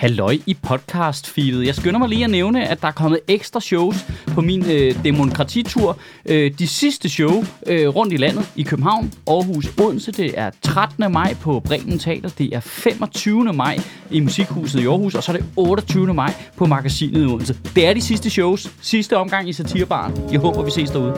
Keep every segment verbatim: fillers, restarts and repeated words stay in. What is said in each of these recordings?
Halløj i podcast-feedet. Jeg skynder mig lige at nævne, at der er kommet ekstra shows på min øh, demokratitur. Øh, de sidste show øh, rundt i landet i København, Aarhus, Odense. Det er trettende maj på Bremen Teater. Det er femogtyvende maj i Musikhuset i Aarhus. Og så er det otteogtyvende maj på Magasinet i Odense. Det er de sidste shows. Sidste omgang i Satirebaren. Jeg håber, vi ses derude.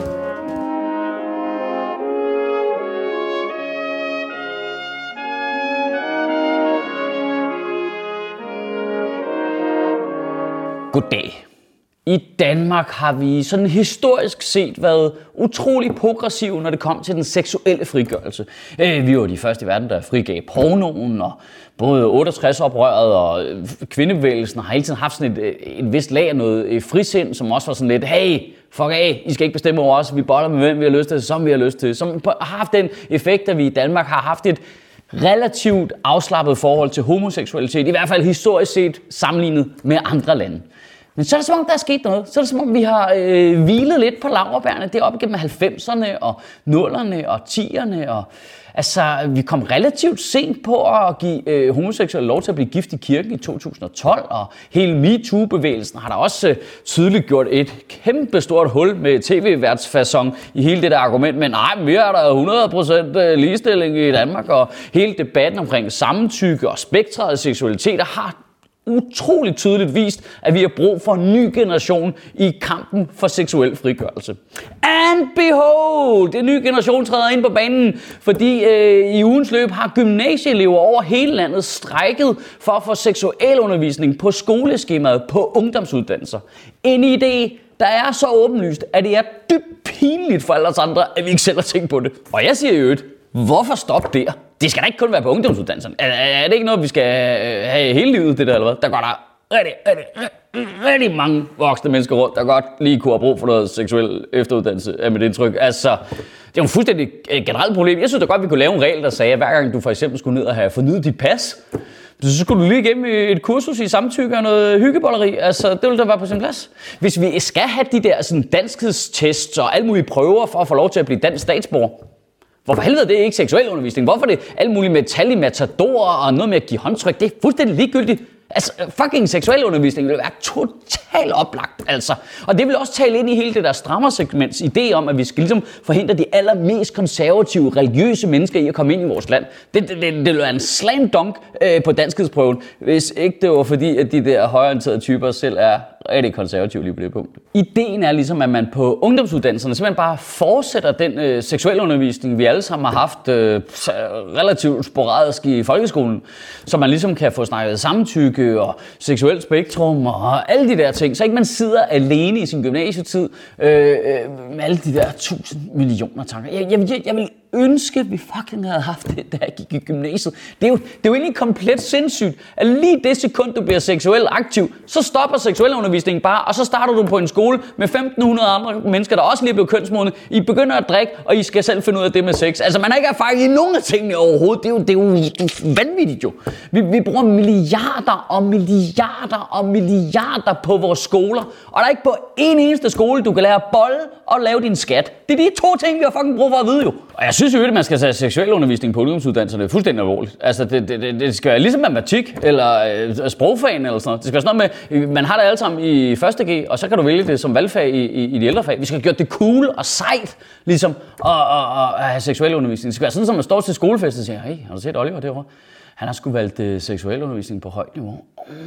Goddag. I Danmark har vi sådan historisk set været utrolig progressive, når det kom til den seksuelle frigørelse. Vi var de første i verden, der frigav pornoen, og både otteogtres-oprøret og kvindebevægelsen har hele tiden haft sådan et, et vist lag af noget frisind, som også var sådan lidt, hey, fuck af, I skal ikke bestemme over os, vi boller med hvem vi har lyst til, som vi har lyst til. Som har haft den effekt, at vi i Danmark har haft et relativt afslappet forhold til homoseksualitet, i hvert fald historisk set sammenlignet med andre lande. Men så er det som om, der er sket noget. Så er det som om, vi har øh, hvilet lidt på laurbærrene. Det er op igennem halvfemserne og nullerne og tierne. Og, altså, vi kom relativt sent på at give øh, homoseksuelle lov til at blive gift i kirken i to tusind og tolv. Og hele MeToo-bevægelsen har der også øh, tydeligt gjort et kæmpestort hul med tv-værtsfacon i hele det der argument. Men nej, vi har der hundrede procent ligestilling i Danmark. Og hele debatten omkring samtykke og spektret af seksualiteter har utroligt tydeligt vist, at vi har brug for en ny generation i kampen for seksuel frigørelse. And behold, den nye generation træder ind på banen, fordi øh, i ugens løb har gymnasieelever over hele landet strejket for at få seksualundervisning på skoleskemaet på ungdomsuddannelser. En idé, der er så åbenlyst, at det er dybt pinligt for alle os andre, at vi ikke selv har tænkt på det. Og jeg siger jo øvrigt, hvorfor stoppe der? Det skal da ikke kun være på ungdomsuddannelserne. Er, er det ikke noget, vi skal have hele livet, det der eller hvad? Der går der rigtig, rigtig, rigtig, rigtig mange voksne mennesker rundt, der godt lige kunne have brug for noget seksuel efteruddannelse af mit indtryk. Altså, det er jo et fuldstændig generelt problem. Jeg synes da godt, vi kunne lave en regel, der sagde, at hver gang du for eksempel skulle ned og have fornyet dit pas, så skulle du lige igennem et kursus i samtykke og noget hyggebolleri. Altså, det ville da være på sin plads. Hvis vi skal have de der sådan, danskhedstests og alle mulige prøver for at få lov til at blive dansk statsborger, hvorfor helvede det er ikke seksuel undervisning? Hvorfor er det alt muligt med tal i matadorer og noget med at give håndtryk? Det er fuldstændig ligegyldigt. Altså, fucking seksuel undervisning vil være totalt oplagt, altså. Og det vil også tale ind i hele det der strammersegments idé om, at vi skal ligesom forhindre de allermest konservative, religiøse mennesker i at komme ind i vores land. Det, det, det, det vil være en slam dunk øh, på danskhedsprøven, hvis ikke det var fordi, at de der højreorienterede typer selv er rigtig konservative lige på det punkt. Ideen er ligesom, at man på ungdomsuddannelserne simpelthen bare fortsætter den øh, seksuelle undervisning, vi alle sammen har haft øh, relativt sporadisk i folkeskolen, så man ligesom kan få snakket samtykke og seksuelt spektrum og alle de der ting, så ikke man sidder alene i sin gymnasietid øh, øh, med alle de der tusind millioner tanker. Jeg, jeg, jeg, jeg vil ønske, at vi fucking havde haft det, da jeg gik i gymnasiet. Det er jo, det er jo egentlig komplet sindssygt, at lige det sekund, du bliver seksuelt aktiv, så stopper seksuel undervisning bare, og så starter du på en skole med femten hundrede andre mennesker, der også lige er blevet kønsmodne. I begynder at drikke, og I skal selv finde ud af det med sex. Altså, man har ikke erfaring i nogen af tingene overhovedet. Det er jo, det er jo, det er vanvittigt jo. Vi, vi bruger milliarder og milliarder og milliarder på vores skoler, og der er ikke på en eneste skole, du kan lære at bolle og lave din skat. Det er de to ting, vi har fucking brug for at vide jo. Og jeg synes jo, at man skal tage seksuel undervisning på ungdomsuddannelserne. Det er fuldstændig alvorligt. Altså, det, det, det, det skal være ligesom matematik eller øh, sprogfagen eller sådan noget. Det skal være sådan noget med, man har det alle sammen i første G, og så kan du vælge det som valgfag i, i, i de ældre fag. Vi skal have gjort det cool og sejt, ligesom, at, at, at have seksuel undervisning. Det skal være sådan, som man står til skolefest og siger, hey, har du set Oliver derovre? Han har sgu valgt uh, seksuel undervisning på højt niveau.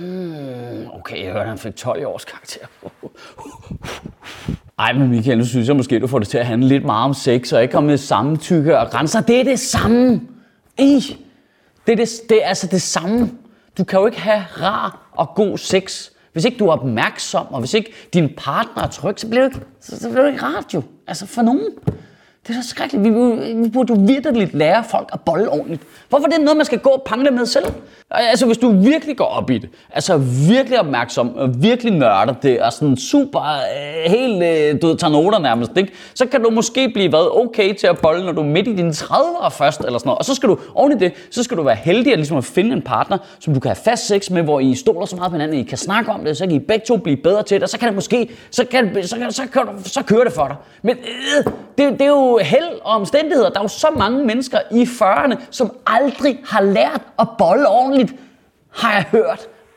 Mm, okay, jeg hørte, han fik tolv års karakter. Ej, men Michael, nu synes jeg måske, du får det til at handle lidt meget om sex, og ikke om samtykke og grænser. Det er det samme. Ej, det er, det, det er altså det samme. Du kan jo ikke have rar og god sex, hvis ikke du er opmærksom, og hvis ikke din partner er tryg, så bliver det ikke, så, så bliver det ikke rart jo. Altså for nogen. Det er så skrækkeligt. Vi, vi burde jo virkelig lære folk at bolle ordentligt. Hvorfor er det noget, man skal gå og pangle med selv? Altså, hvis du virkelig går op i det, altså virkelig opmærksom, og virkelig nørder det, og sådan super, øh, helt, øh, du ved, tager noter nærmest, ikke? Så kan du måske blive været okay til at bolle, når du er midt i dine tredivere først, eller sådan noget. Og så skal du, oven i det, så skal du være heldig at, ligesom at finde en partner, som du kan have fast sex med, hvor I stoler så meget på hinanden, I kan snakke om det, så kan I begge to blive bedre til det, og så kan det måske, så, kan, så, kan, så, kan, så, så kører det for dig. Men øh, det, det er jo held og omstændigheder. Der er jo så mange mennesker i fyrrerne, som aldrig har lært at bolle ordentligt, har jeg hørt.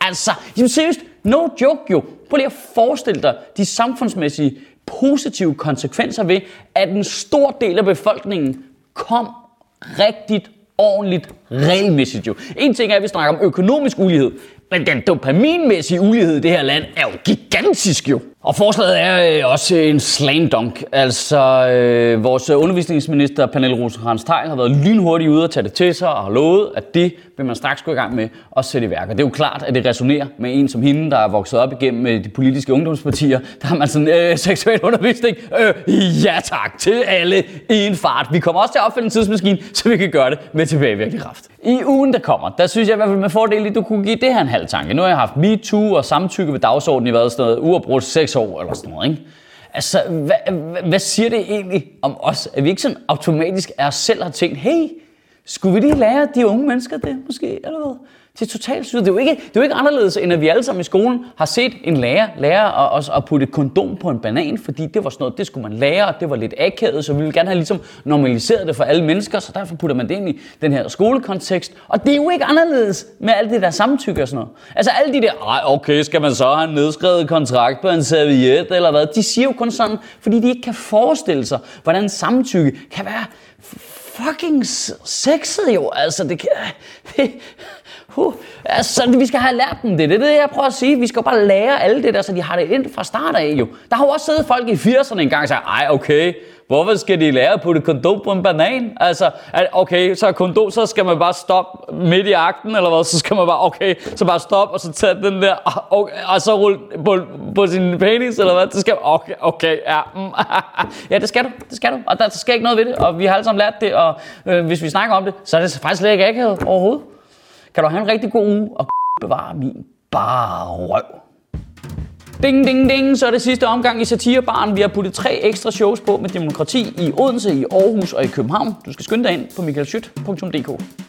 Altså, jamen seriøst, no joke jo. Prøv lige at forestille dig de samfundsmæssige positive konsekvenser ved, at en stor del af befolkningen kom rigtigt, ordentligt, regelmæssigt jo. En ting er, at vi snakker om økonomisk ulighed, men den dopaminmæssige ulighed i det her land er jo gigantisk jo. Og forslaget er øh, også en slam dunk. Altså, øh, vores undervisningsminister, Pernille Rosenkrantz-Theil, har været lynhurtigt ude og tage det til sig og har lovet, at det vil man straks gå i gang med at sætte i værk. Og det er jo klart, at det resonerer med en som hende, der er vokset op igennem de politiske ungdomspartier. Der har man sådan, øh, seksuel undervisning. Øh, ja tak til alle i en fart. Vi kommer også til at opfinde en tidsmaskine, så vi kan gøre det med tilbagevirkende kraft. I ugen, der kommer, der synes jeg i hvert fald med fordel, at du kunne give det her en halv tanke. Nu har jeg haft MeToo og samtykke ved dagsordenen i hvad sådan noget uafbrudt seks år eller sådan noget, ikke? Altså, hvad, hvad siger det egentlig om os? At vi ikke sådan automatisk er selv har tænkt, hey, skulle vi lige lære de unge mennesker det måske, eller hvad? Det er totalt sygt. Det er jo ikke, det er jo ikke anderledes, end at vi alle sammen i skolen har set en lærer lære at, at putte et kondom på en banan, fordi det var sådan noget, det skulle man lære, og det var lidt akavet, så vi ville gerne have ligesom normaliseret det for alle mennesker, så derfor putter man det ind i den her skolekontekst. Og det er jo ikke anderledes med alt det der samtykke og sådan noget. Altså alle de der, ej okay, skal man så have en nedskrevet kontrakt på en serviet eller hvad? De siger jo kun sådan, fordi de ikke kan forestille sig, hvordan samtykke kan være fucking sexet jo. Altså det kan... Det, Uh, altså, vi skal have lært dem det. Det er det, jeg prøver at sige. Vi skal jo bare lære alle det der, så de har det ind fra start af jo. Der har jo også siddet folk i firserne engang og sagt, ej okay, hvorfor skal de lære at putte kondom på en banan? Altså, okay, så kondom, så skal man bare stoppe midt i akten, eller hvad? Så skal man bare, okay, så bare stoppe, og så tage den der, og, og så rulle på, på sin penis, eller hvad? Det skal okay, okay, ja. Ja, det skal du, det skal du. Og der skal ikke noget ved det, og vi har alle sammen lært det, og øh, hvis vi snakker om det, så er det faktisk slet ikke akavet overhovedet. Kan du have en rigtig god uge og bevare min bare røv. Ding, ding, ding, så er det sidste omgang i Satirebaren. Vi har puttet tre ekstra shows på med demokrati i Odense, i Aarhus og i København. Du skal skynde dig ind på michael schutt punktum d k.